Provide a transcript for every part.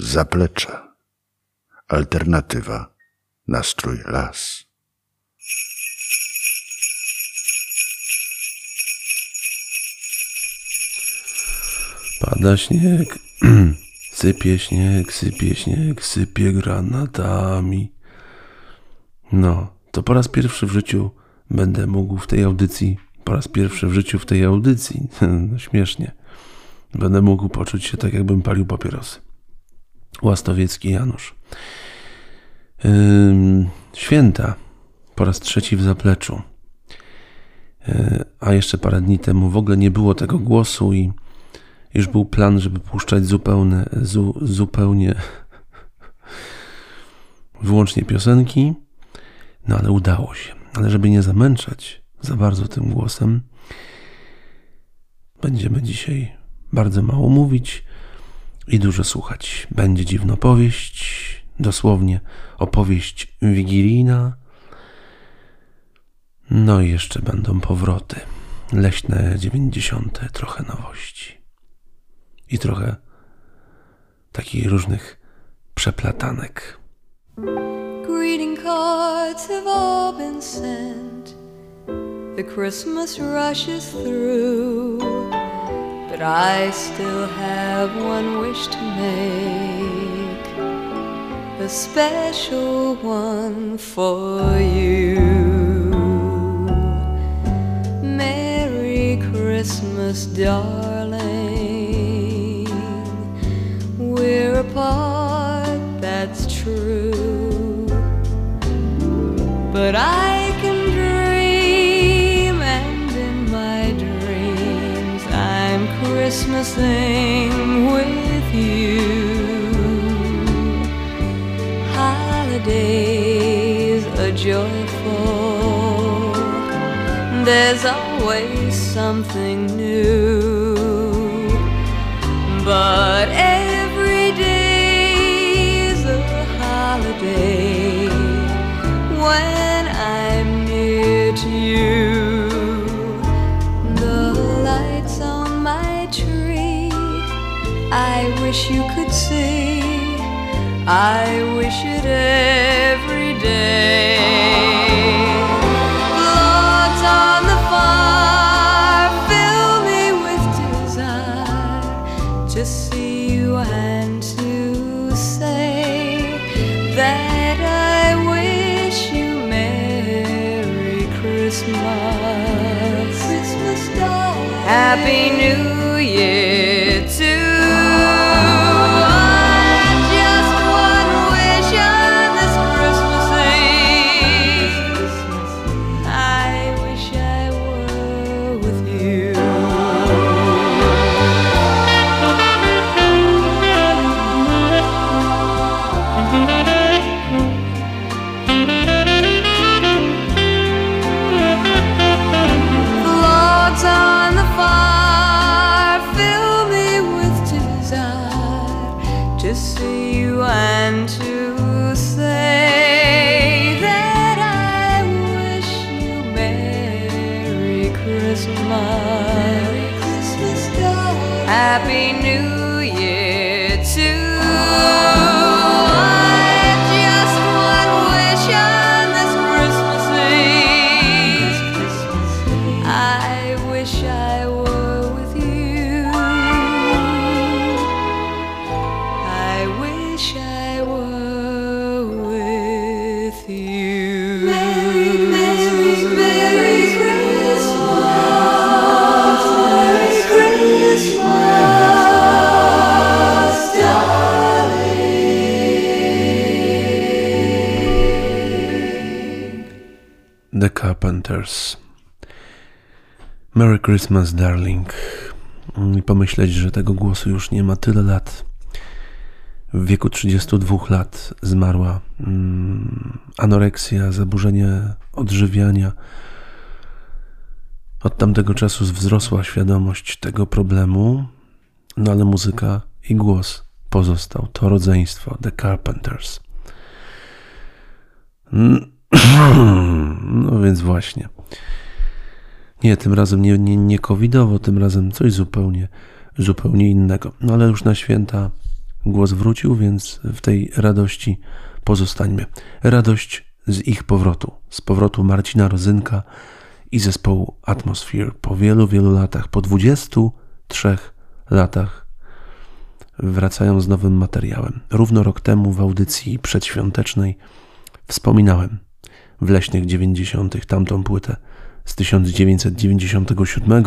zaplecze. Alternatywa, nastrój las. Pada śnieg, sypie śnieg, sypie granatami. No, to po raz pierwszy w życiu będę mógł w tej audycji, no śmiesznie, będę mógł poczuć się tak, jakbym palił papierosy. Łastowiecki Janusz. Święta, po raz trzeci w zapleczu. A jeszcze parę dni temu w ogóle nie było tego głosu i już był plan, żeby puszczać zupełnie wyłącznie piosenki, no ale udało się. Ale żeby nie zamęczać za bardzo tym głosem, będziemy dzisiaj bardzo mało mówić i dużo słuchać. Będzie dziwna opowieść, dosłownie opowieść wigilijna, no i jeszcze będą powroty. Leśne 90., trochę nowości i trochę takich różnych przeplatanek. Greeting cards have all been sent. The Christmas rush is through, but I still have one wish to make, a special one for you. Merry Christmas, darling. We're apart, that's true, but I can dream, and in my dreams I'm Christmasing with you. Holidays are joyful, there's always something new, but every day's a holiday when I'm near to you. The lights on my tree, I wish you could see, I wish it every day. Logs on the fire fill me with desire to see you and to say that I wish you Merry Christmas, Christmas darling, Happy New Year too. Happy New Year too. Just one wish on this Christmas Eve, I wish I were with you, I wish I were with you. Merry, Merry, Merry Christmas, Merry Christmas. The Carpenters. Merry Christmas, darling. I pomyśleć, że tego głosu już nie ma tyle lat. W wieku 32 lat zmarła anoreksja, zaburzenie odżywiania. Od tamtego czasu wzrosła świadomość tego problemu, no ale muzyka i głos pozostał. To rodzeństwo, The Carpenters. No więc właśnie. Nie, tym razem nie covidowo, tym razem coś zupełnie innego. No ale już na święta głos wrócił, więc w tej radości pozostańmy. Radość z ich powrotu, z powrotu Marcina Rozynka i zespołu Atmosphere. Po wielu, wielu latach, po 23 latach wracają z nowym materiałem. Równo rok temu w audycji przedświątecznej wspominałem w leśnych 90. tamtą płytę z 1997.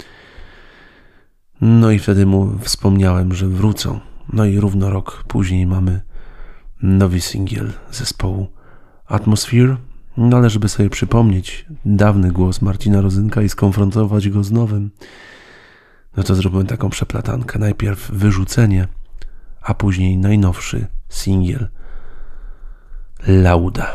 No i wtedy mu wspomniałem, że wrócą. No i równo rok później mamy nowy singiel zespołu Atmosphere. No ale żeby sobie przypomnieć dawny głos Marcina Rozynka i skonfrontować go z nowym, no to zrobimy taką przeplatankę. Najpierw Wyrzucenie, a później najnowszy singiel Lauda.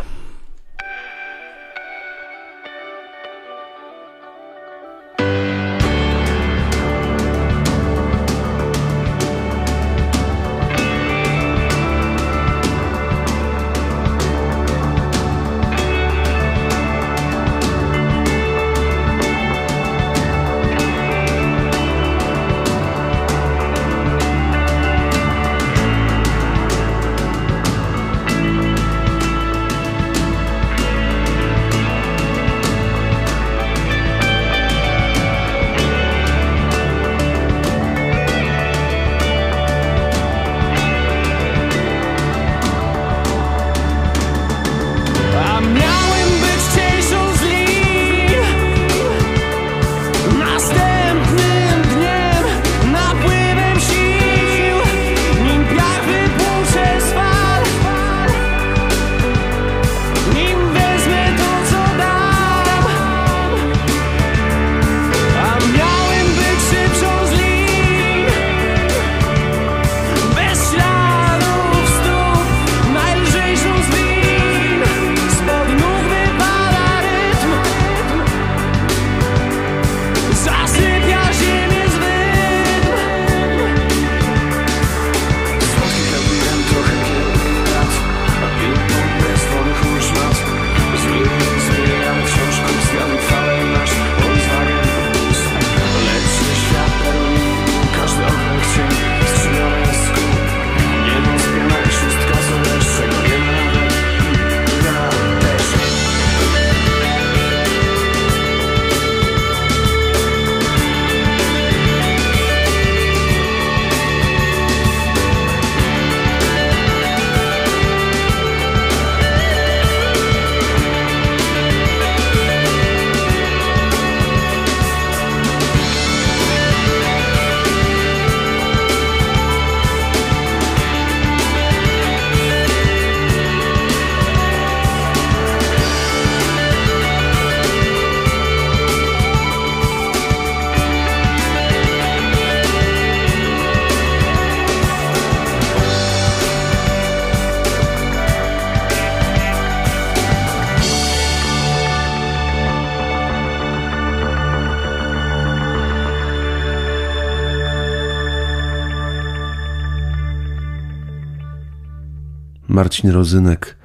Marcin Rozynek,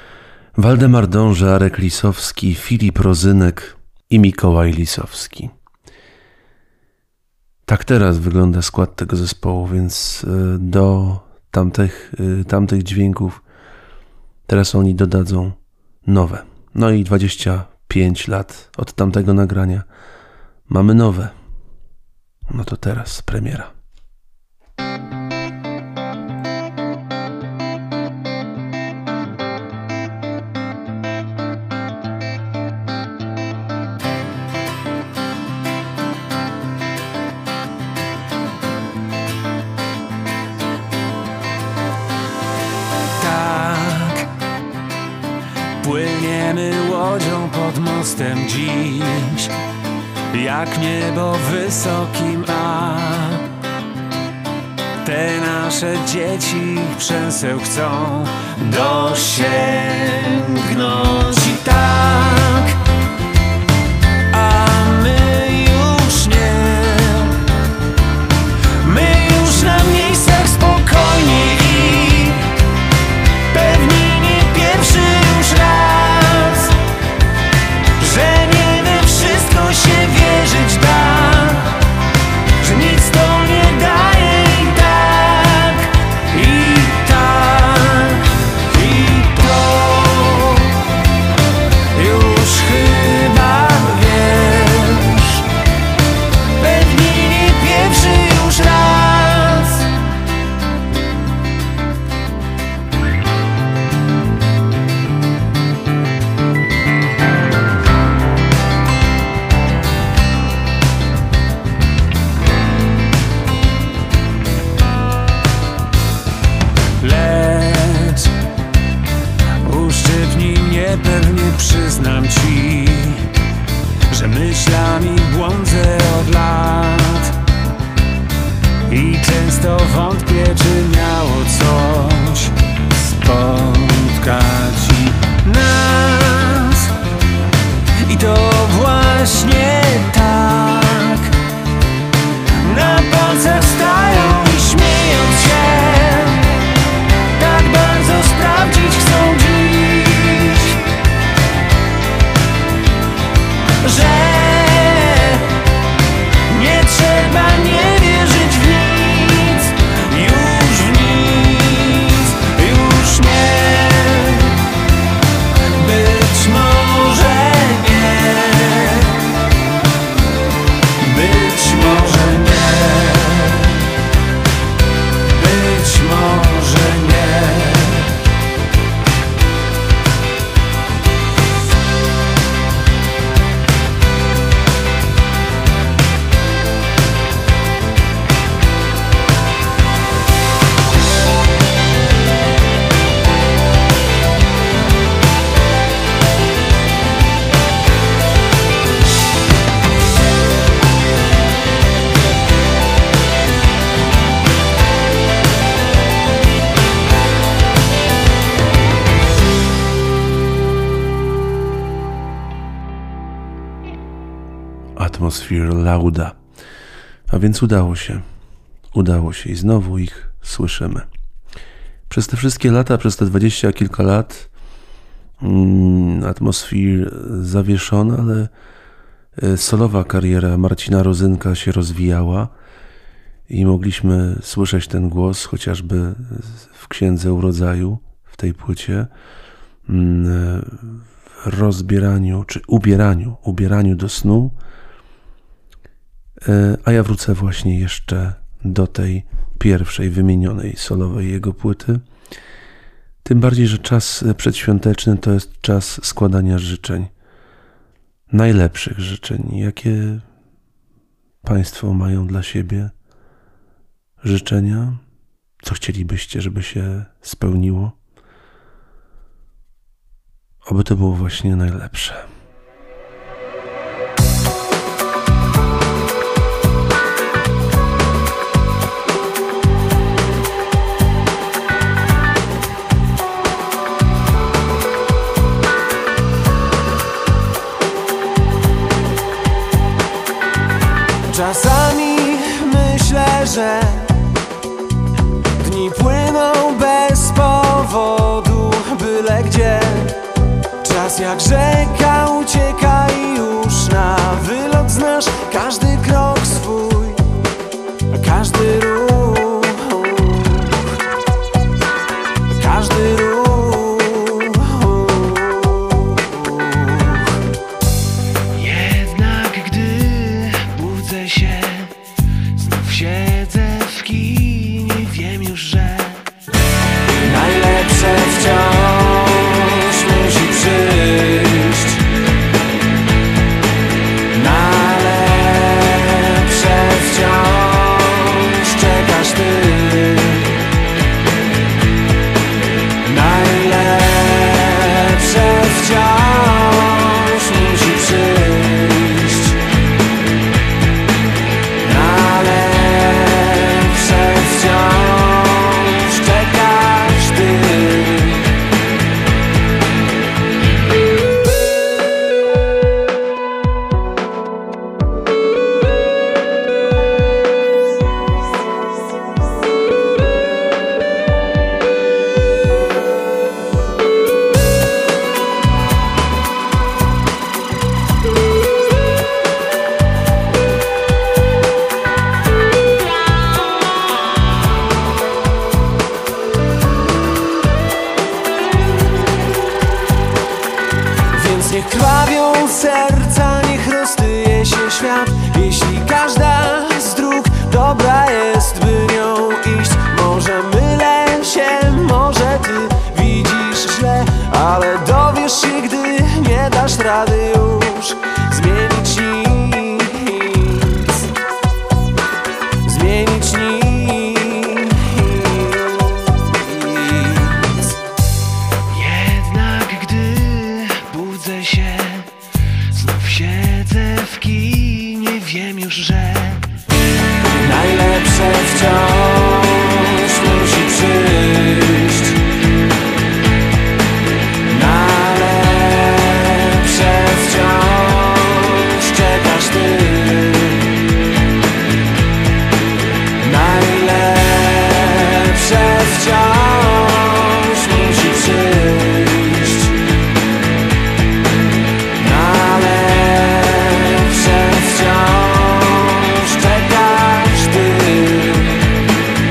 Waldemar Dąże, Arek Lisowski, Filip Rozynek i Mikołaj Lisowski. Tak teraz wygląda skład tego zespołu, więc do tamtych dźwięków teraz oni dodadzą nowe. No i 25 lat od tamtego nagrania mamy nowe. No to teraz premiera. Płyniemy łodzią pod mostem dziś, jak niebo wysokim, a te nasze dzieci przęseł chcą dosięgnąć. I tak, a my już nie, my już na miejscach spokojni i pewnie nie pierwszy już raz, że nie we wszystko się wierzyć da, że nic to nie daje i tak, i Atmosphere Lauda. A więc udało się i znowu ich słyszymy. Przez te wszystkie lata, przez te 20 kilka lat Atmosphere zawieszona, ale solowa kariera Marcina Rozynka się rozwijała i mogliśmy słyszeć ten głos chociażby w Księdze Urodzaju, w tej płycie, w rozbieraniu czy ubieraniu do snu. A ja wrócę właśnie jeszcze do tej pierwszej wymienionej solowej jego płyty. Tym bardziej, że czas przedświąteczny to jest czas składania życzeń. Najlepszych życzeń, jakie Państwo mają dla siebie życzenia? Co chcielibyście, żeby się spełniło? Oby to było właśnie najlepsze. Czasami myślę, że dni płyną bez powodu, byle gdzie. Czas jak rzeka ucieka i już na wylot znasz każdy krok swój, każdy ruch, każdy ruch. Jednak gdy budzę się, znów siedzę w kinie, wiem już, że najlepsze wciąż musi przyjść. Na lepsze wciąż czekasz ty. Najlepsze wciąż musi przyjść. Na lepsze wciąż czekasz ty. Więc niech krwawią serca, niech roztyje się świat. Jeśli każda z dróg dobra jest, by nią iść. Może mylę się, może ty widzisz źle, ale dowiesz się, gdy nie dasz rady już zmienić nic. Zmienić nic. Jednak gdy budzę się, znów siedzę w kinie, wiem już, że najlepsze wciąż musi przyjść. Na lepsze wciąż czekasz ty. Najlepsze wciąż musi przyjść. Na lepsze wciąż czekasz ty.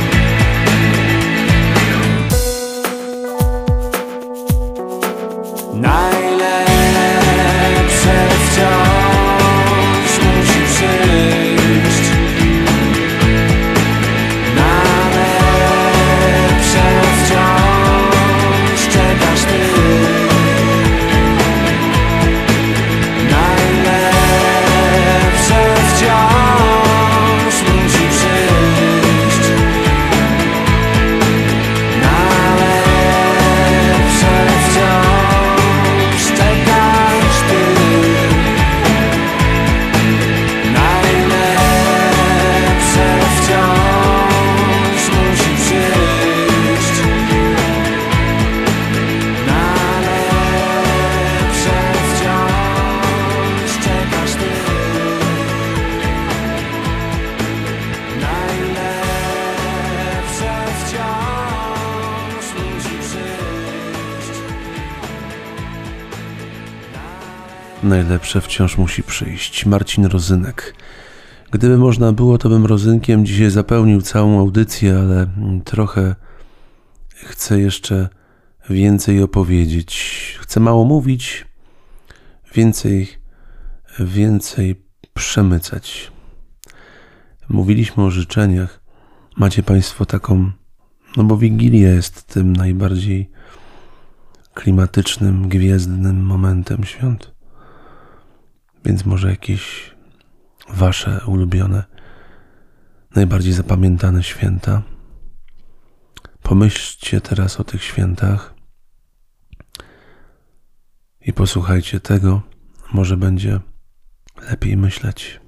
Najlepsze wciąż musi przyjść. Marcin Rozynek. Gdyby można było, to bym Rozynkiem dzisiaj zapełnił całą audycję, ale trochę chcę jeszcze więcej opowiedzieć. Chcę mało mówić, więcej przemycać. Mówiliśmy o życzeniach. Macie Państwo taką, bo Wigilia jest tym najbardziej klimatycznym, gwiezdnym momentem świąt. Więc może jakieś Wasze ulubione, najbardziej zapamiętane święta. Pomyślcie teraz o tych świętach i posłuchajcie tego, może będzie lepiej myśleć.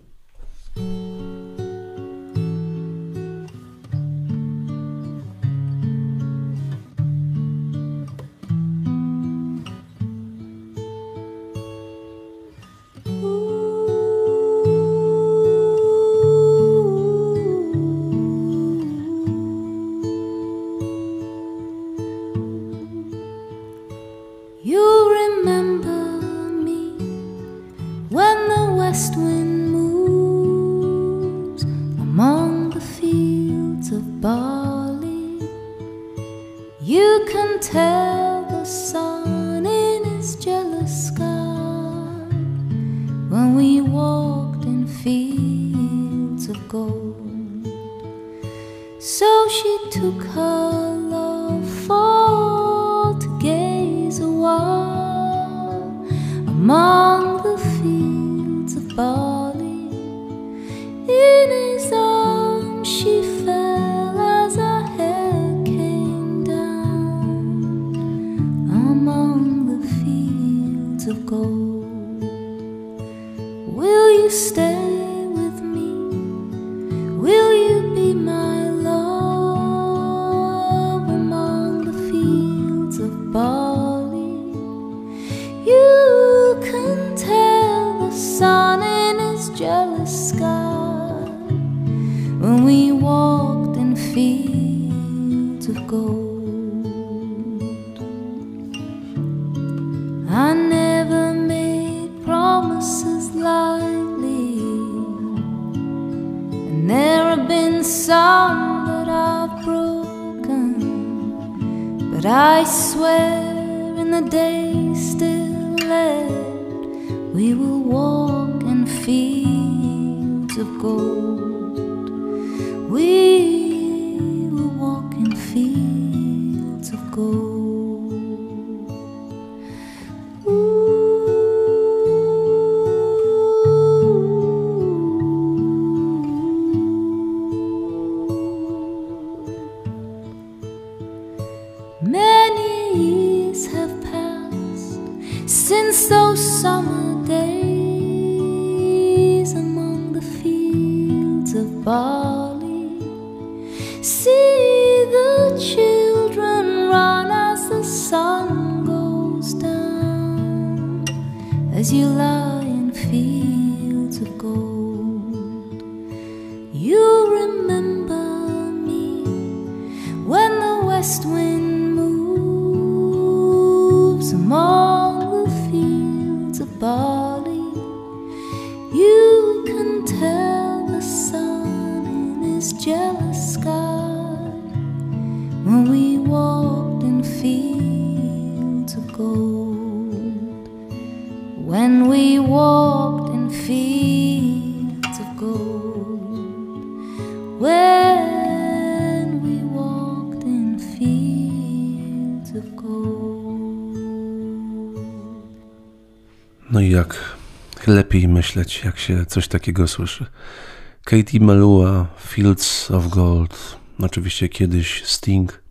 No i jak lepiej myśleć, jak się coś takiego słyszy. Katie Melua, Fields of Gold, oczywiście kiedyś Sting.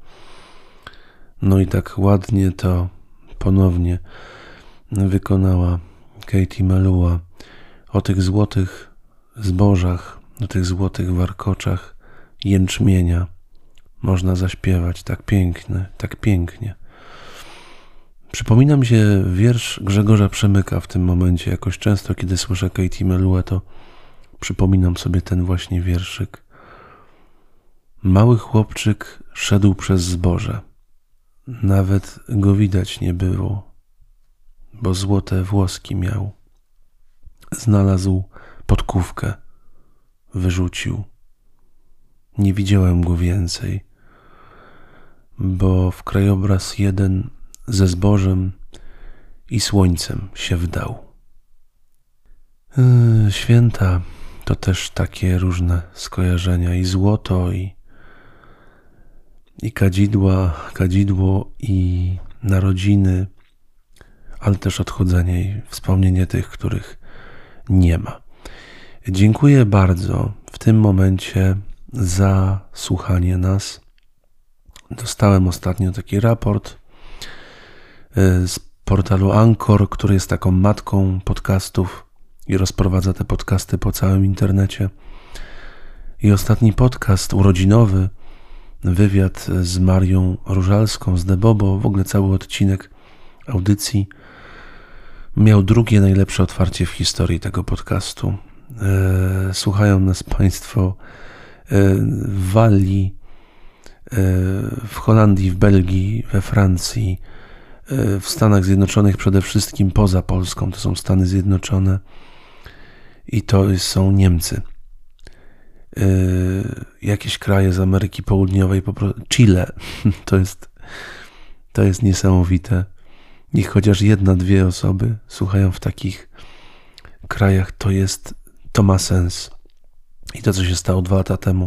No i tak ładnie to ponownie wykonała Katie Melua o tych złotych zbożach, o tych złotych warkoczach jęczmienia. Można zaśpiewać tak pięknie. Przypomina mi się wiersz Grzegorza Przemyka w tym momencie. Jakoś często, kiedy słyszę Katie Melua, to przypominam sobie ten właśnie wierszyk. Mały chłopczyk szedł przez zboże. Nawet go widać nie było, bo złote włoski miał. znalazł podkówkę, wyrzucił. Nie widziałem go więcej, bo w krajobraz jeden ze zbożem i słońcem się wdał. Święta to też takie różne skojarzenia, i złoto, i kadzidło, i narodziny, ale też odchodzenie i wspomnienie tych, których nie ma. Dziękuję bardzo w tym momencie za słuchanie nas. Dostałem ostatnio taki raport z portalu Anchor, który jest taką matką podcastów i rozprowadza te podcasty po całym internecie. I ostatni podcast urodzinowy, wywiad z Marią Różalską z The Bobo, w ogóle cały odcinek audycji, miał drugie najlepsze otwarcie w historii tego podcastu. Słuchają nas Państwo w Walii, w Holandii, w Belgii, we Francji, w Stanach Zjednoczonych, przede wszystkim poza Polską. To są Stany Zjednoczone i to są Niemcy. Jakieś kraje z Ameryki Południowej, Chile. To jest niesamowite. Niech chociaż 1-2 osoby słuchają w takich krajach, to ma sens. I to, co się stało 2 lata temu,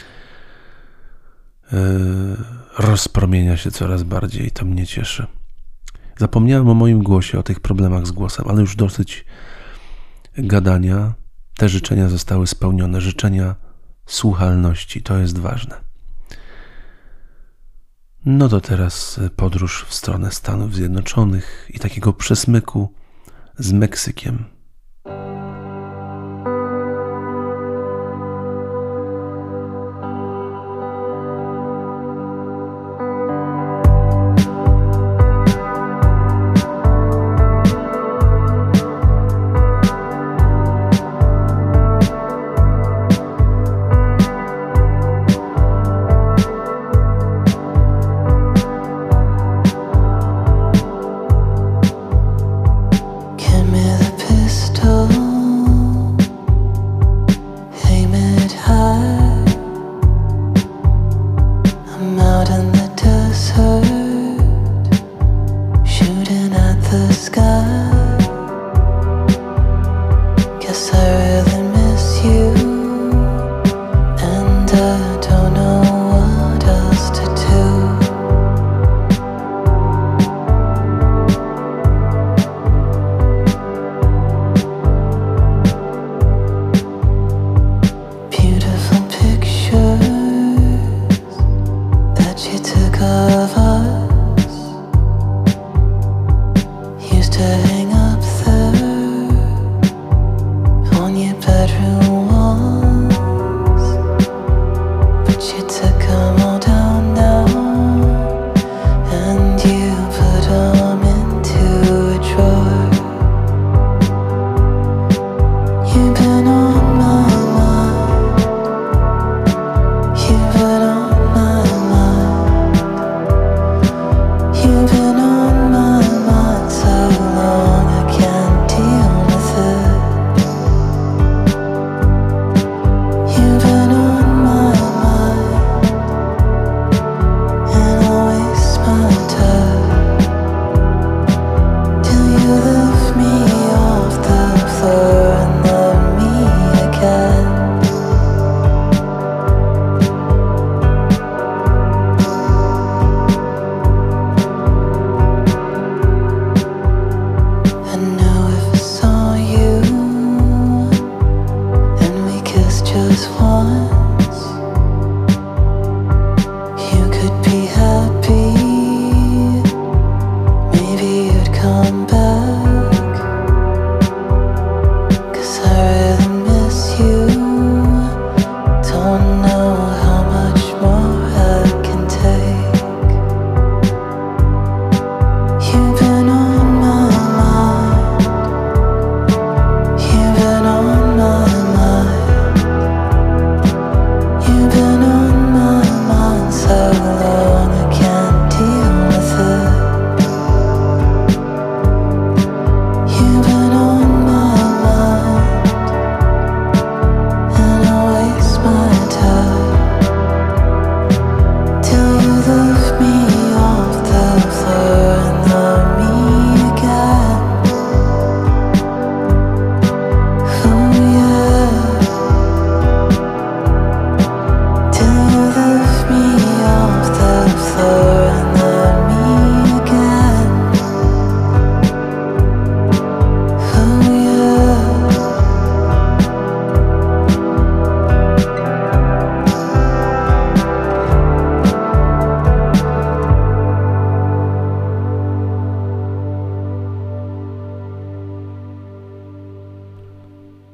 rozpromienia się coraz bardziej i to mnie cieszy. Zapomniałem o moim głosie, o tych problemach z głosem, ale już dosyć gadania. Te życzenia zostały spełnione. Życzenia słuchalności, to jest ważne. No to teraz podróż w stronę Stanów Zjednoczonych i takiego przesmyku z Meksykiem. Give me the piss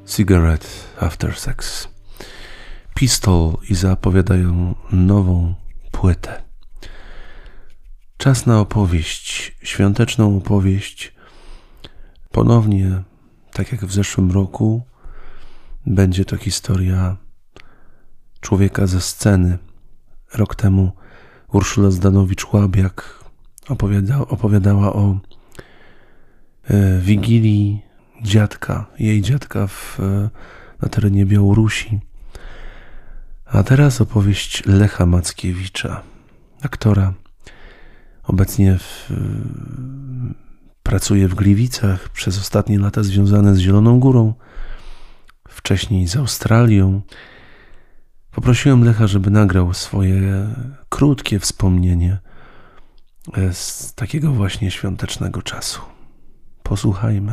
Cigarette After Sex. Pistol i zapowiadają nową płytę. Czas na opowieść, świąteczną opowieść. Ponownie, tak jak w zeszłym roku, będzie to historia człowieka ze sceny. Rok temu Urszula Zdanowicz-Łabiak opowiadała o wigilii jej dziadka na terenie Białorusi. A teraz opowieść Lecha Mackiewicza, aktora. Obecnie pracuje w Gliwicach, przez ostatnie lata związany z Zieloną Górą, wcześniej z Australią. Poprosiłem Lecha, żeby nagrał swoje krótkie wspomnienie z takiego właśnie świątecznego czasu. Posłuchajmy.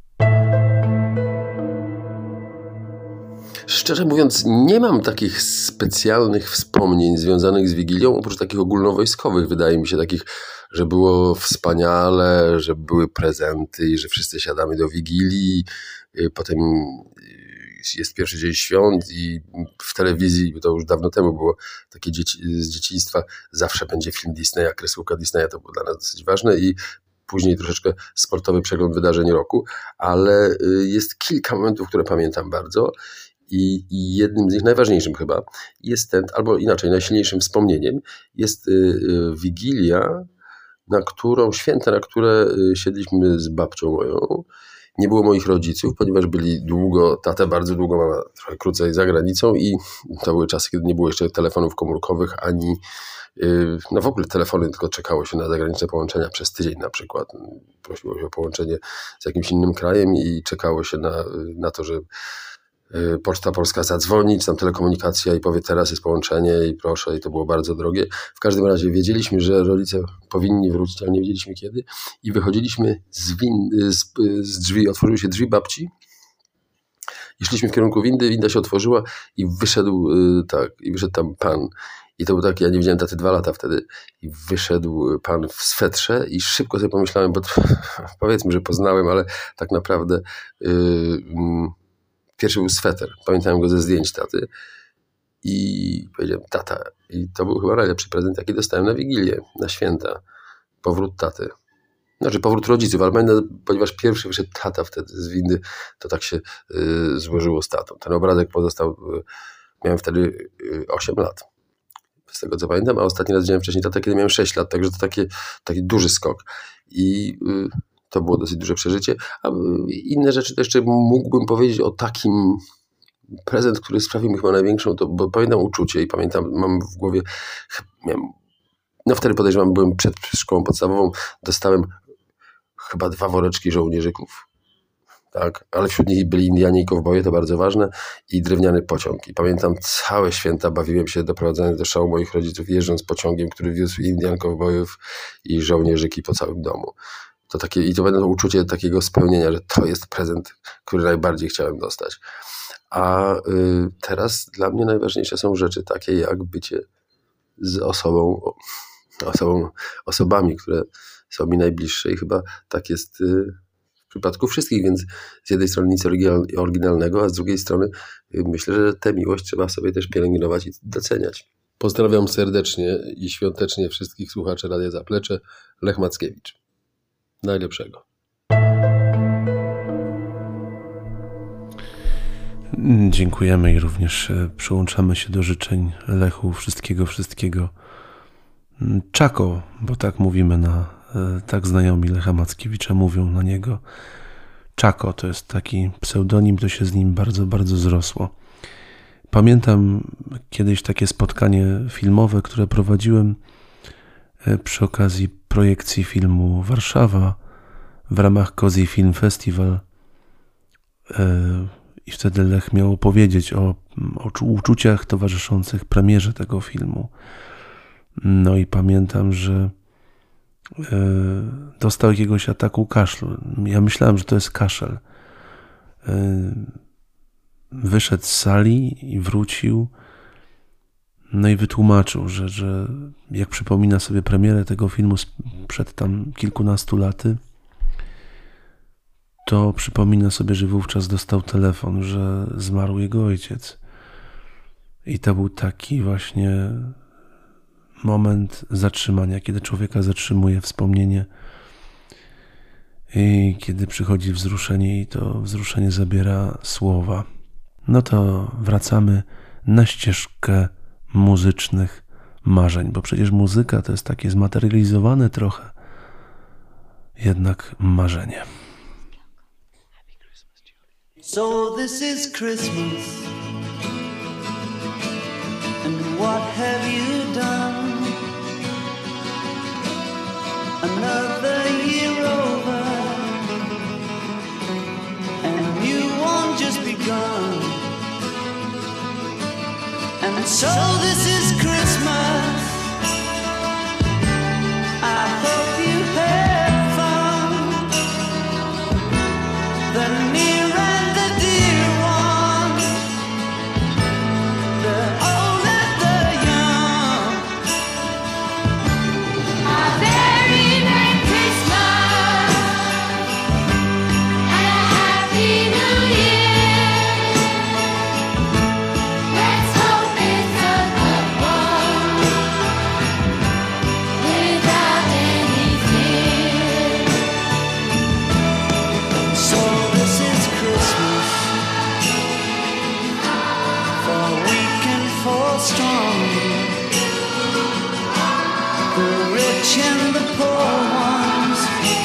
Szczerze mówiąc, nie mam takich specjalnych wspomnień związanych z Wigilią, oprócz takich ogólnowojskowych. Wydaje mi się takich, że było wspaniale, że były prezenty i że wszyscy siadamy do Wigilii. Potem jest pierwszy dzień świąt i w telewizji, to już dawno temu było, takie z dzieciństwa, zawsze będzie film Disneya, kreskówka Disneya, to było dla nas dosyć ważne i później troszeczkę sportowy przegląd wydarzeń roku, ale jest kilka momentów, które pamiętam bardzo i jednym z nich, najważniejszym chyba, jest ten, albo inaczej, najsilniejszym wspomnieniem jest Wigilia, święta, na które siedliśmy z babcią moją. Nie było moich rodziców, ponieważ byli tata bardzo długo, mama trochę krócej za granicą i to były czasy, kiedy nie było jeszcze telefonów komórkowych, ani w ogóle telefony, tylko czekało się na zagraniczne połączenia przez tydzień na przykład. Prosiło się o połączenie z jakimś innym krajem i czekało się na to, że Poczta Polska zadzwoni, czy tam telekomunikacja i powie, teraz jest połączenie i proszę, i to było bardzo drogie. W każdym razie wiedzieliśmy, że rodzice powinni wrócić, ale nie wiedzieliśmy kiedy i wychodziliśmy z drzwi, otworzyły się drzwi babci i szliśmy w kierunku windy, winda się otworzyła i wyszedł tam pan. I to był taki, ja nie widziałem taty 2 lata wtedy i wyszedł pan w swetrze i szybko sobie pomyślałem, bo powiedzmy, że poznałem, ale tak naprawdę pierwszy był sweter, pamiętałem go ze zdjęć taty i powiedziałem tata i to był chyba najlepszy prezent, jaki dostałem na Wigilię, na święta, powrót taty. Znaczy powrót rodziców, ale ponieważ pierwszy wyszedł tata wtedy z windy, to tak się złożyło z tatą. Ten obrazek pozostał, miałem wtedy 8 lat. Z tego co pamiętam, a ostatni raz widziałem wcześniej tatę, kiedy miałem 6 lat, także to taki duży skok. I to było dosyć duże przeżycie. A inne rzeczy to jeszcze mógłbym powiedzieć o takim prezent, który sprawił mi chyba największą, bo pamiętam uczucie i mam w głowie, wtedy podejrzewam, byłem przed szkołą podstawową, dostałem chyba 2 woreczki żołnierzyków. Tak, ale wśród nich byli Indianie i kowboje, to bardzo ważne, i drewniany pociąg. I pamiętam, całe święta bawiłem się doprowadzając do szału moich rodziców, jeżdżąc pociągiem, który wiózł Indian, kowbojów i żołnierzyki po całym domu. To będą uczucie takiego spełnienia, że to jest prezent, który najbardziej chciałem dostać. A teraz dla mnie najważniejsze są rzeczy takie jak bycie z osobami, które są mi najbliższe i chyba tak jest w przypadku wszystkich, więc z jednej strony nic oryginalnego, a z drugiej strony myślę, że tę miłość trzeba sobie też pielęgnować i doceniać. Pozdrawiam serdecznie i świątecznie wszystkich słuchaczy Radia Zaplecze. Lech Mackiewicz. Najlepszego. Dziękujemy i również przyłączamy się do życzeń Lechu wszystkiego. Czako, bo tak mówimy tak znajomi Lecha Mackiewicza mówią na niego. Czako to jest taki pseudonim, to się z nim bardzo, bardzo zrosło. Pamiętam kiedyś takie spotkanie filmowe, które prowadziłem przy okazji projekcji filmu Warszawa w ramach Cozy Film Festival i wtedy Lech miał opowiedzieć o uczuciach towarzyszących premierze tego filmu. No i pamiętam, że dostał jakiegoś ataku kaszlu. Ja myślałem, że to jest kaszel. Wyszedł z sali i wrócił. No i wytłumaczył, że jak przypomina sobie premierę tego filmu przed tam kilkunastu laty, to przypomina sobie, że wówczas dostał telefon, że zmarł jego ojciec. I to był taki właśnie moment zatrzymania, kiedy człowieka zatrzymuje wspomnienie i kiedy przychodzi wzruszenie i to wzruszenie zabiera słowa. No to wracamy na ścieżkę muzycznych marzeń, bo przecież muzyka to jest takie zmaterializowane trochę jednak marzenie. So this is Christmas, and what have you done? Another year over, and you won't just begun. And so this is Christmas, I hope you had fun. The near and the dear one, the old and the young. A very Merry Christmas and a Happy New Year. Let's hope it's a good one without any fear. So this is Christmas, for weak and for strong, the rich and the poor ones.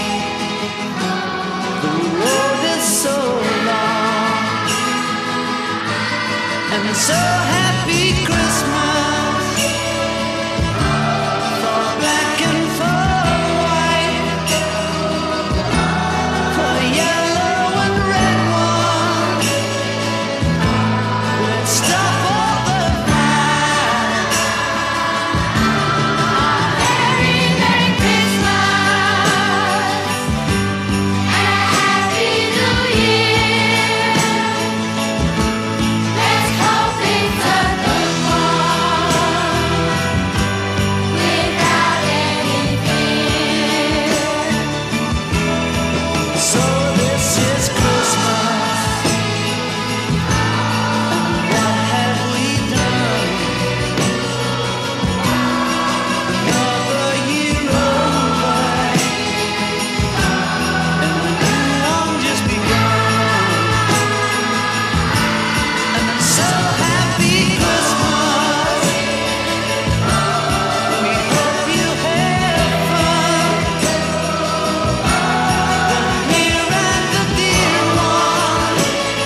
The road is so long, and so happy Christmas for black and for white, for yellow and red one. Let's stop all the fight. Very Merry Christmas and a Happy New Year. Let's hope it's a good one without any fear. So this is Christmas, and what have we done? Another year over, and the new one just begun. And I'm so happy Christmas, we hope you had fun. The near and the dear one,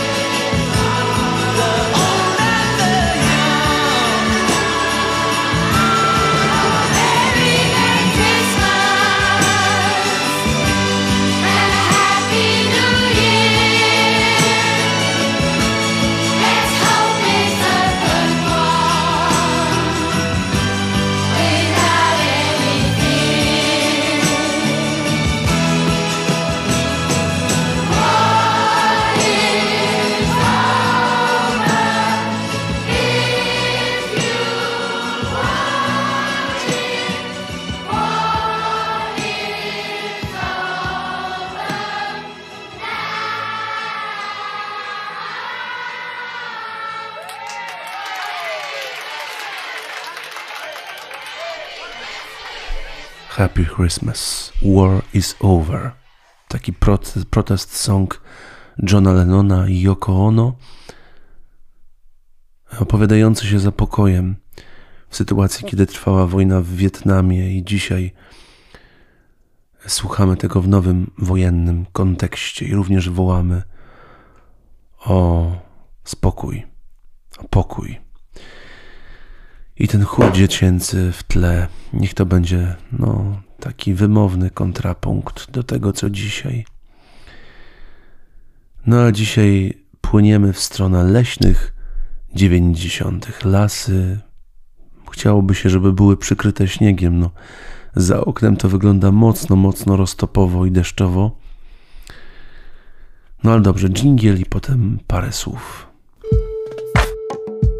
the old and the young. Very Merry Christmas and a Happy New Year. Let's hope it's a good one without any fear. What is over if you Happy Christmas, War is Over. Taki protest song Johna Lennona i Yoko Ono, opowiadający się za pokojem w sytuacji, kiedy trwała wojna w Wietnamie i dzisiaj słuchamy tego w nowym wojennym kontekście i również wołamy o spokój, o pokój. I ten chór dziecięcy w tle, niech to będzie taki wymowny kontrapunkt do tego, co dzisiaj. No a dzisiaj płyniemy w stronę leśnych 90. Lasy. Chciałoby się, żeby były przykryte śniegiem. Za oknem to wygląda mocno roztopowo i deszczowo. No ale dobrze, dżingiel i potem parę słów.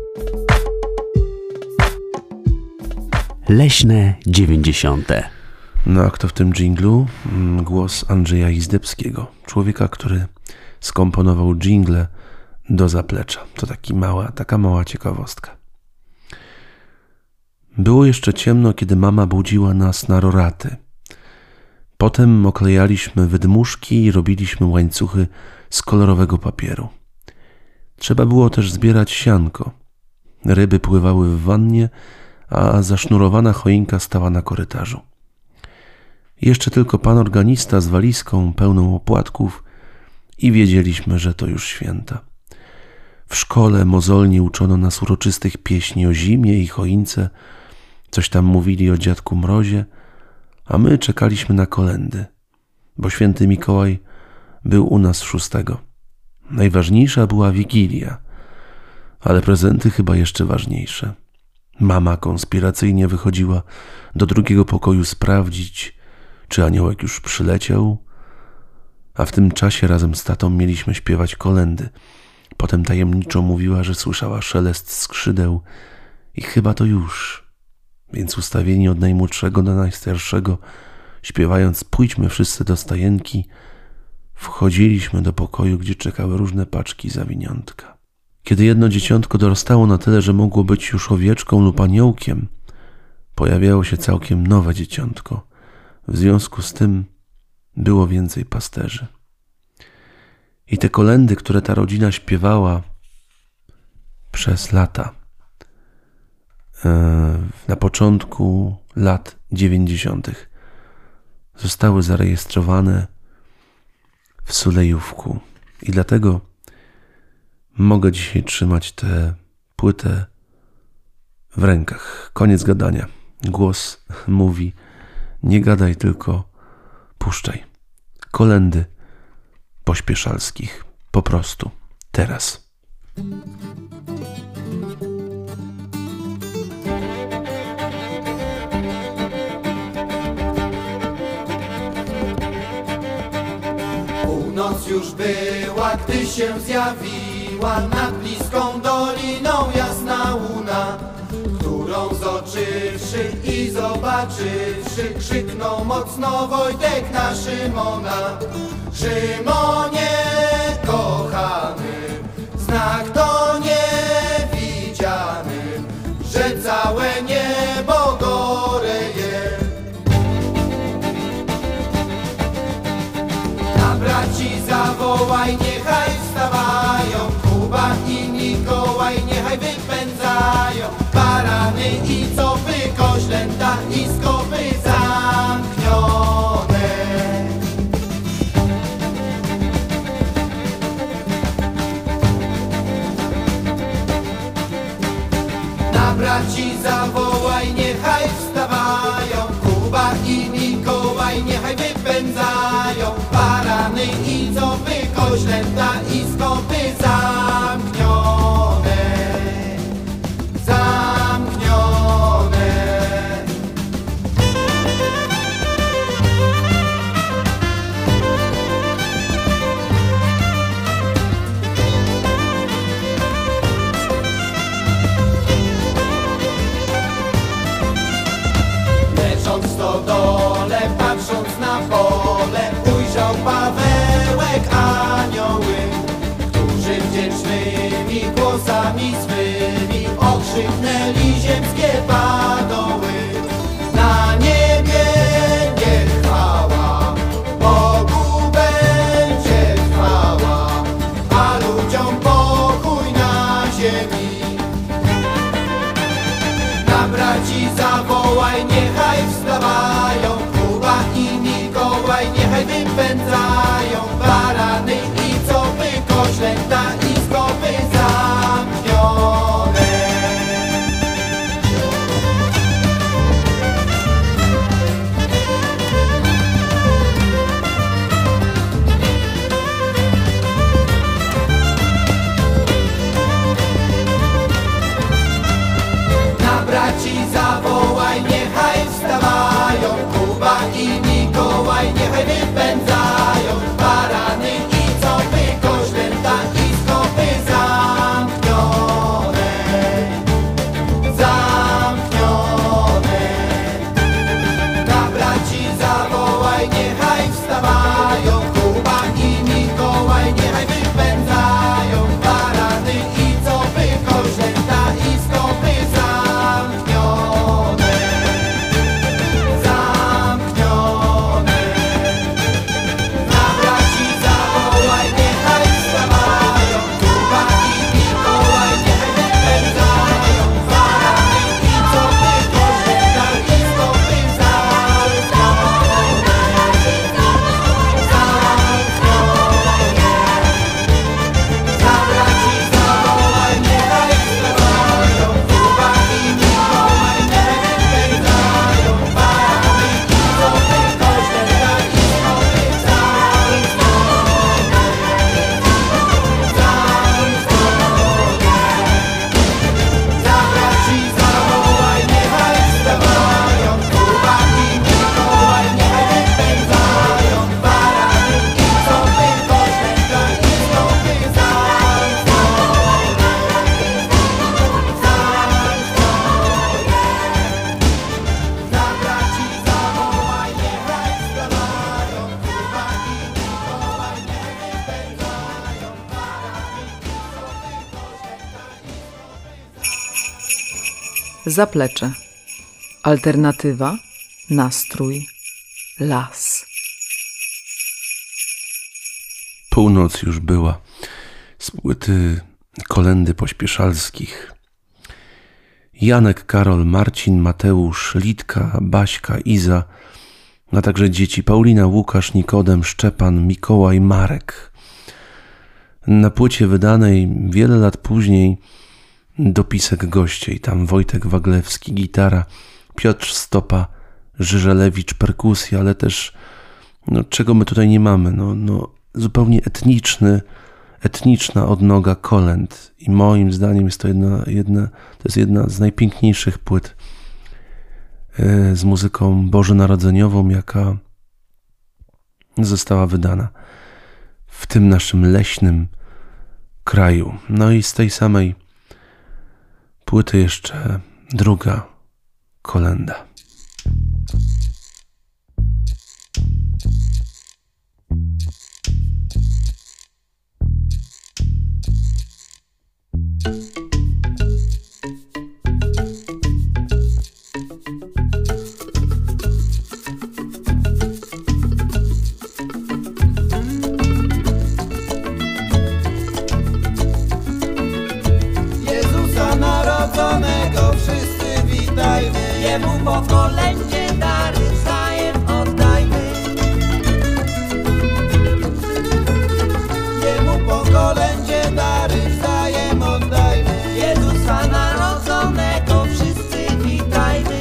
Leśne 90. No a kto w tym dżinglu? Głos Andrzeja Izdebskiego, człowieka, który skomponował dżingle do Zaplecza. To taka mała ciekawostka. Było jeszcze ciemno, kiedy mama budziła nas na roraty. Potem oklejaliśmy wydmuszki i robiliśmy łańcuchy z kolorowego papieru. Trzeba było też zbierać sianko. Ryby pływały w wannie, a zasznurowana choinka stała na korytarzu. Jeszcze tylko pan organista z walizką pełną opłatków i wiedzieliśmy, że to już święta. W szkole mozolnie uczono nas uroczystych pieśni o zimie i choince, coś tam mówili o dziadku Mrozie, a my czekaliśmy na kolędy, bo święty Mikołaj był u nas 6. Najważniejsza była Wigilia, ale prezenty chyba jeszcze ważniejsze. Mama konspiracyjnie wychodziła do drugiego pokoju sprawdzić, czy aniołek już przyleciał, a w tym czasie razem z tatą mieliśmy śpiewać kolędy. Potem tajemniczo mówiła, że słyszała szelest skrzydeł i chyba to już. Więc ustawieni od najmłodszego do najstarszego, śpiewając "Pójdźmy wszyscy do stajenki", wchodziliśmy do pokoju, gdzie czekały różne paczki zawiniątka. Kiedy jedno dzieciątko dorastało na tyle, że mogło być już owieczką lub aniołkiem, pojawiało się całkiem nowe dzieciątko. W związku z tym było więcej pasterzy. I te kolędy, które ta rodzina śpiewała przez lata, na początku lat 90. zostały zarejestrowane w Sulejówku. I dlatego mogę dzisiaj trzymać tę płytę w rękach. Koniec gadania. Głos mówi: nie gadaj, tylko puszczaj. Kolędy Pośpieszalskich. Po prostu. Teraz. Północ już była, gdy się zjawiła nad bliską doliną jasna łuna, którą zobaczywszy i zobaczywszy, krzyknął mocno Wojtek na Szymona: Szymonie kochany, znak to niewidziany, że całe niebo goreje. Na braci zawołaj, niechaj wstawają, Kuba i Mikołaj niechaj wypędzają barany i copy, koźlęta i skopy zamknione. Na braci zawołaj, niechaj wstawają, Kuba i Mikołaj niechaj wypędzają barany i copy, koźlęta i skopy zamknione. Zamknione. Leżąc w stodole, patrząc na pole, ujrzał Pawełek anioły, którzy wdzięcznymi głosami swymi okrzyknęli ziemskie padoły. Na niebie niech chwała, Bogu będzie chwała, a ludziom pokój na ziemi. Na braci zawołaj, niechaj wstawają, Kuba i Mikołaj niechaj wypędzają barany i copy, koźlęta i skopy zamknione. Na braci zawołaj, niechaj wstawają, Kuba i Mikołaj niechaj wypędzają barany i copy, koźlęta i skopy zamknione. Zamknione. Na braci zaplecze. Alternatywa, nastrój, las. Północ już była. Z płyty Kolendy Pośpieszalskich. Janek, Karol, Marcin, Mateusz, Litka, Baśka, Iza, a także dzieci Paulina, Łukasz, Nikodem, Szczepan, Mikołaj, Marek. Na płycie wydanej wiele lat później dopisek goście i tam Wojtek Waglewski, gitara, Piotr Stopa, Żyżelewicz, perkusja, ale też czego my tutaj nie mamy, zupełnie etniczna odnoga kolęd i moim zdaniem jest to jedna z najpiękniejszych płyt z muzyką bożonarodzeniową, jaka została wydana w tym naszym leśnym kraju. No i z tej samej płyty jeszcze druga kolenda. Jezusa narodzonego wszyscy witajmy, Jemu po kolędzie dary wzajem oddajmy. Jemu po kolędzie dary wzajem oddajmy. Jezusa narodzonego wszyscy witajmy.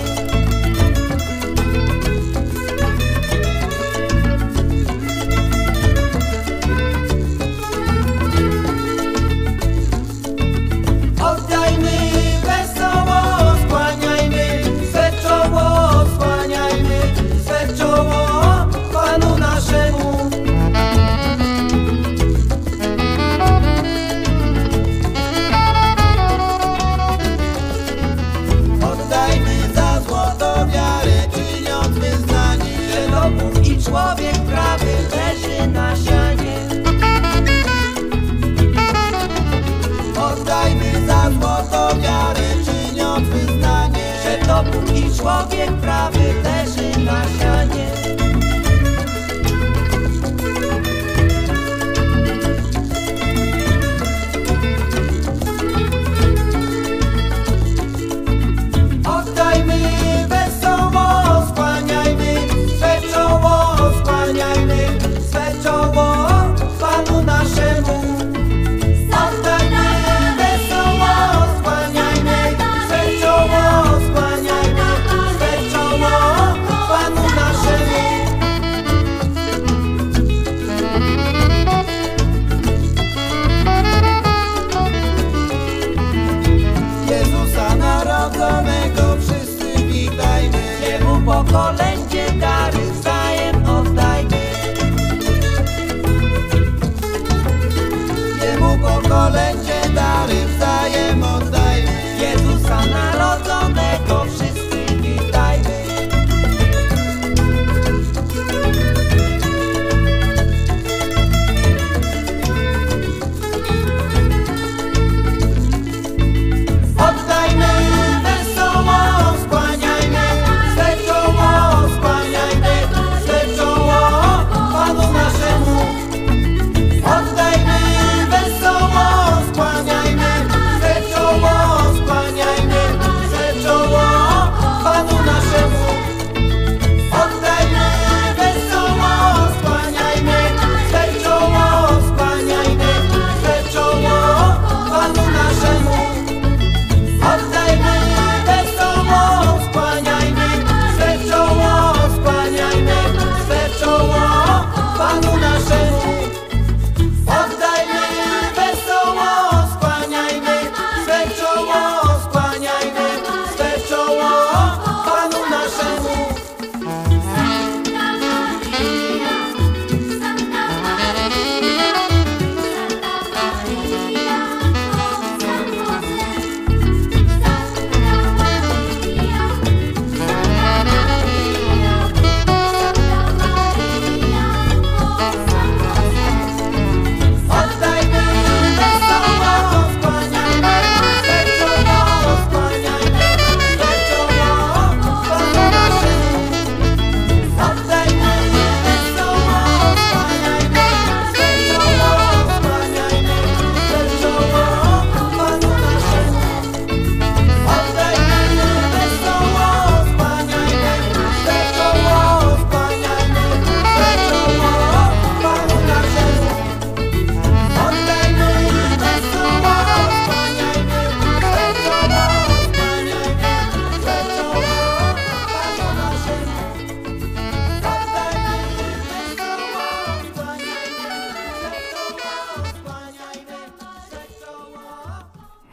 Oddajmy wesoło, skłaniajmy swe czoło, skłaniajmy swe czoło Panu naszemu. Oddajmy za złoto wiarę, czyniąc wyznanie, że to Bóg i człowiek prawy leży na sianie. Oddajmy za złoto wiarę, czyniąc wyznanie, że to Bóg i człowiek prawy leży na sianie. Oddajmy wesoło, skłaniajmy swe czoło, skłaniajmy swe czoło Panu naszemu. Oddajmy wesoło, skłaniajmy swe czoło, skłaniajmy swe czoło Panu naszemu. Jezusa narodzonego wszyscy witajmy, Jemu po kolędzie dary wzajem oddajmy. Jemu po kolędzie dary wzajem oddajmy. Jezusa narodzonego wszyscy witajmy. Oddajmy wesoło, skłaniajmy swe czoło,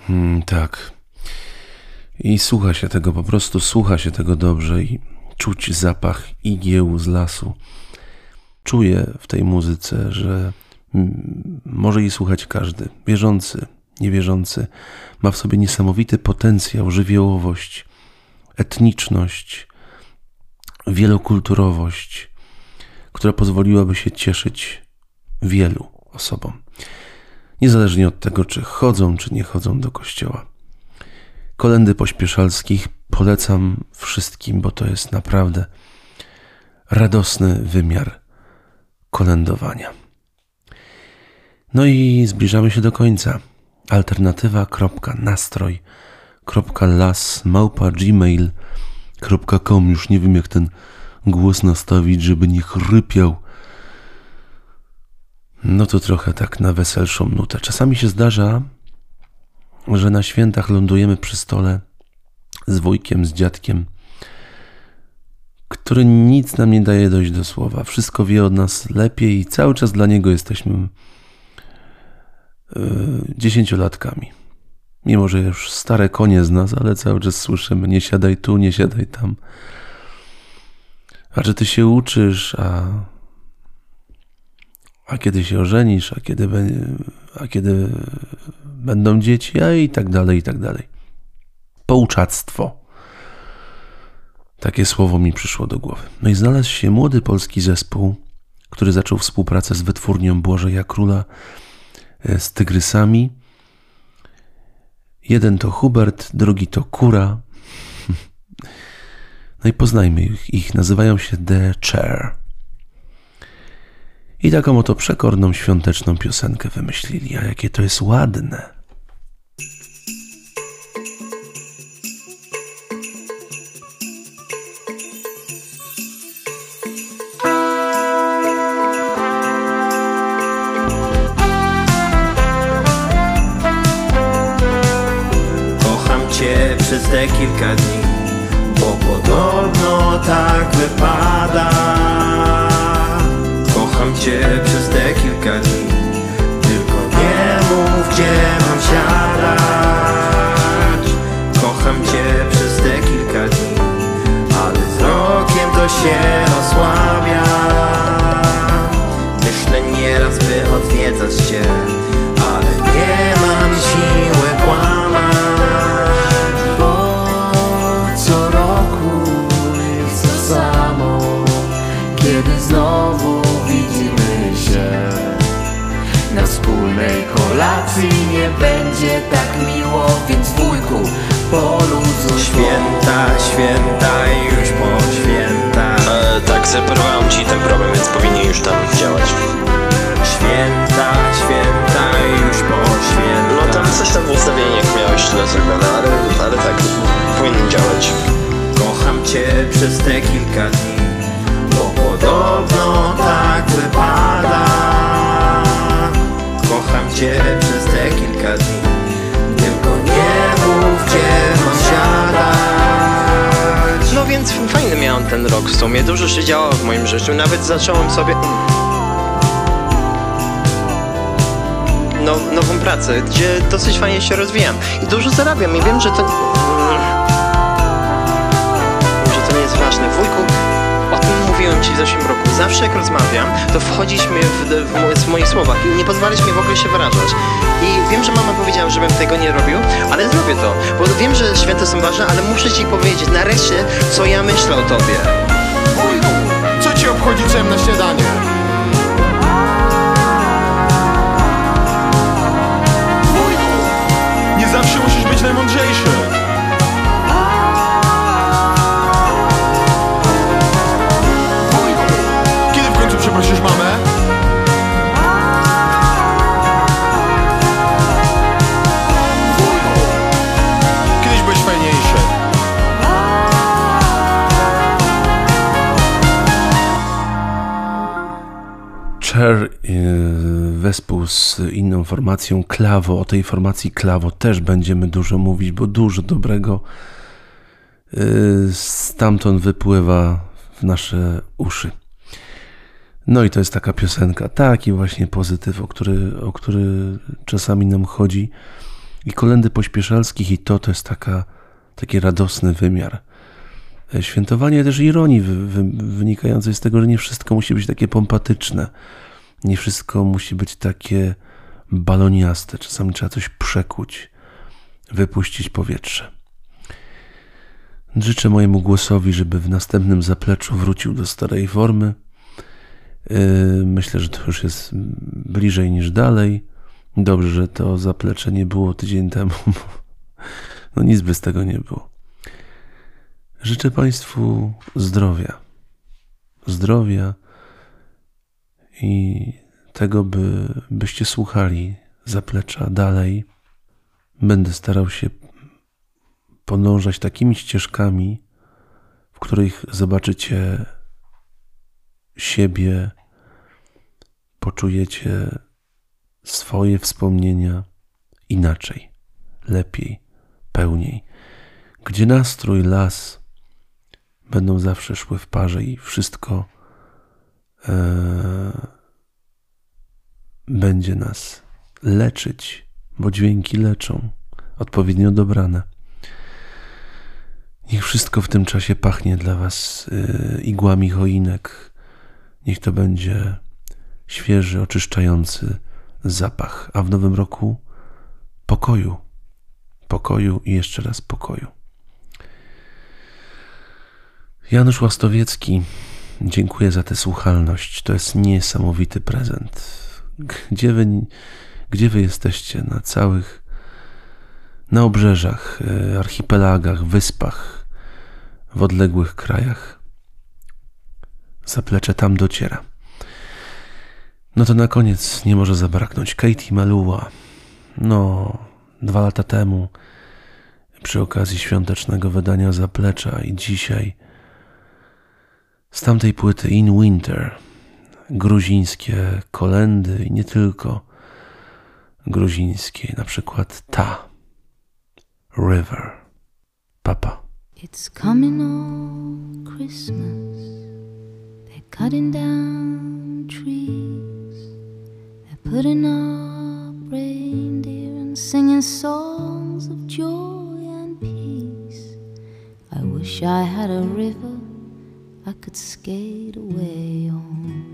Tak. I słucha się tego, po prostu słucha się tego dobrze i czuć zapach igieł z lasu. Czuję w tej muzyce, że może jej słuchać każdy. Wierzący, niewierzący. Ma w sobie niesamowity potencjał, żywiołowość, etniczność, wielokulturowość, która pozwoliłaby się cieszyć wielu osobom. Niezależnie od tego, czy chodzą, czy nie chodzą do kościoła. Kolędy Pośpieszalskich polecam wszystkim, bo to jest naprawdę radosny wymiar kolędowania. No i zbliżamy się do końca. alternatywa.nastroy.las@gmail.com. Już nie wiem, jak ten głos nastawić, żeby nie chrypiał. No to trochę tak na weselszą nutę. Czasami się zdarza, że na świętach lądujemy przy stole z wujkiem, z dziadkiem, który nic nam nie daje dojść do słowa. Wszystko wie od nas lepiej i cały czas dla niego jesteśmy 10-latkami. Mimo że już stare konie z nas, ale cały czas słyszymy: nie siadaj tu, nie siadaj tam. A czy ty się uczysz, a kiedy się ożenisz, a kiedy będą dzieci, a i tak dalej, i tak dalej. Pouczactwo. Takie słowo mi przyszło do głowy. No i znalazł się młody polski zespół, który zaczął współpracę z wytwórnią Błażeja Króla, z Tygrysami. Jeden to Hubert, drugi to Kura. No i poznajmy ich. Nazywają się The Chair. I taką oto przekorną, świąteczną piosenkę wymyślili. A jakie to jest ładne. Kocham cię przez te kilka dni, bo podobno tak wypada. Kocham cię przez te kilka dni, tylko nie mów, gdzie mam siadać. Kocham cię przez te kilka dni, ale z rokiem to się osłabia. Myślę nieraz, by odwiedzać cię, ale nie mam siły kłamać. Bo co roku jest to samo, kiedy znowu widzimy się. Na wspólnej kolacji nie będzie tak miło, więc wujku, poluzuj. Święta i już po świętach. Tak, zaoferowałem ci ten problem, więc powinien już tam działać. Święta i już po świętach. No tam coś tam w ustawieniach miałeś źle zrobione, ale tak, powinien działać. Kocham cię przez te kilka dni, bo podobno tak wypada. Kocham cię przez te kilka dni, tylko nie mów, gdzie mam siadać. No więc fajny miałem ten rok w sumie, dużo się działo w moim życiu, nawet zacząłem sobie nową pracę, gdzie dosyć fajnie się rozwijam i dużo zarabiam i wiem, że to nie jest ważne. Wujku, o tym mówiłem ci w zeszłym roku. Zawsze jak rozmawiam, to wchodzisz mi w moich słowach i nie pozwalasz mi w ogóle się wyrażać. I wiem, że mama powiedziała, żebym tego nie robił, ale zrobię to, bo wiem, że święta są ważne, ale muszę ci powiedzieć nareszcie, co ja myślę o tobie. Wujku, co ci obchodzi, co jem na śniadanie? Wujku, nie zawsze musisz być najmądrzejszy. Przeprosisz mamę? Wujku, kiedyś byłeś fajniejszy. Chair, wespół z inną formacją Klawo. O tej formacji Klawo też będziemy dużo mówić, bo dużo dobrego stamtąd wypływa w nasze uszy. No i to jest taka piosenka, taki właśnie pozytyw, o który czasami nam chodzi. I kolędy pośpieszalskich i to jest taki radosny wymiar. Świętowanie też ironii wynikającej z tego, że nie wszystko musi być takie pompatyczne. Nie wszystko musi być takie baloniaste. Czasami trzeba coś przekuć, wypuścić powietrze. Życzę mojemu głosowi, żeby w następnym zapleczu wrócił do starej formy. Myślę, że to już jest bliżej niż dalej. Dobrze, że to zaplecze nie było tydzień temu. No nic by z tego nie było. Życzę Państwu zdrowia. Zdrowia i tego, byście słuchali zaplecza dalej. Będę starał się podążać takimi ścieżkami, w których zobaczycie siebie, poczujecie swoje wspomnienia inaczej, lepiej, pełniej. Gdzie nastrój, las będą zawsze szły w parze i wszystko będzie nas leczyć, bo dźwięki leczą, odpowiednio dobrane. Niech wszystko w tym czasie pachnie dla was igłami choinek. Niech to będzie świeży, oczyszczający zapach. A w nowym roku pokoju. Pokoju i jeszcze raz pokoju. Janusz Łastowiecki, dziękuję za tę słuchalność. To jest niesamowity prezent. Gdzie wy jesteście na obrzeżach, archipelagach, wyspach, w odległych krajach? Zaplecze tam dociera. No to na koniec nie może zabraknąć Katie Melua. 2 lata temu przy okazji świątecznego wydania Zaplecza i dzisiaj z tamtej płyty In Winter gruzińskie kolendy i nie tylko gruzińskie, na przykład ta River. Papa. It's coming on Christmas. They're cutting down trees. They're putting up reindeer and singing songs of joy and peace. I wish I had a river I could skate away on.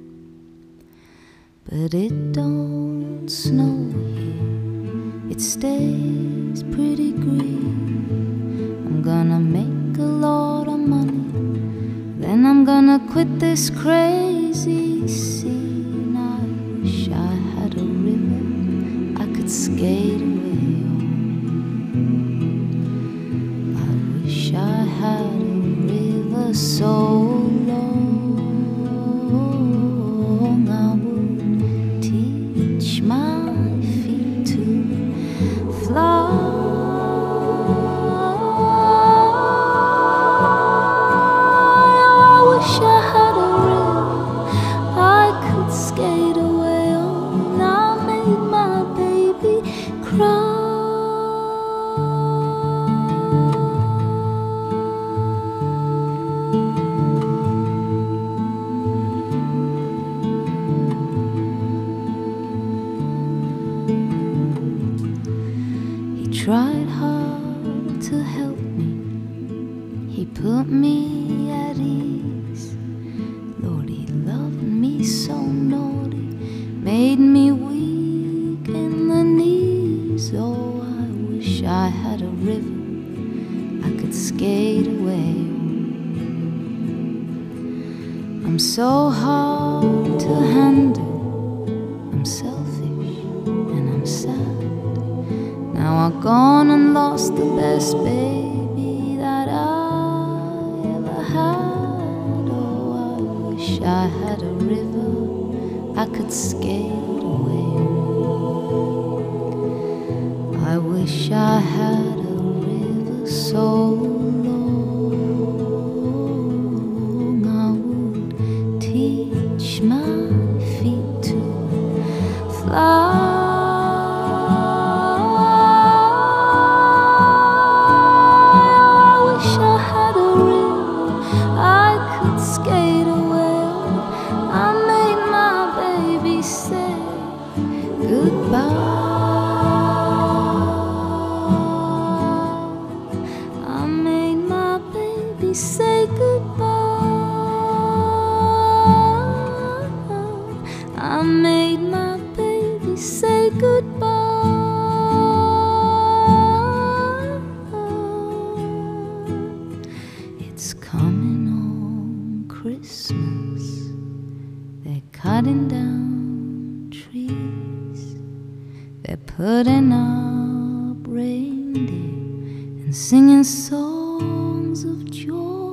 But it don't snow here. It stays pretty green. I'm gonna make a lot of money. Then I'm gonna quit this crazy scene. I wish I had a river I could skate away on. I wish I had a river so long I would teach my feet to fly. Tried hard to help me. He put me at ease. Lord, he loved me so naughty, made me weak in the knees. Oh, I wish I had a river I could skate away. I'm so hard to handle. I'm selfish and I'm sad. Now I've gone and lost the best baby that I ever had. Oh, I wish I had a river I could skate away. I wish I had a river so long I would teach my feet to fly. Goodbye. They're putting up reindeer and singing songs of joy.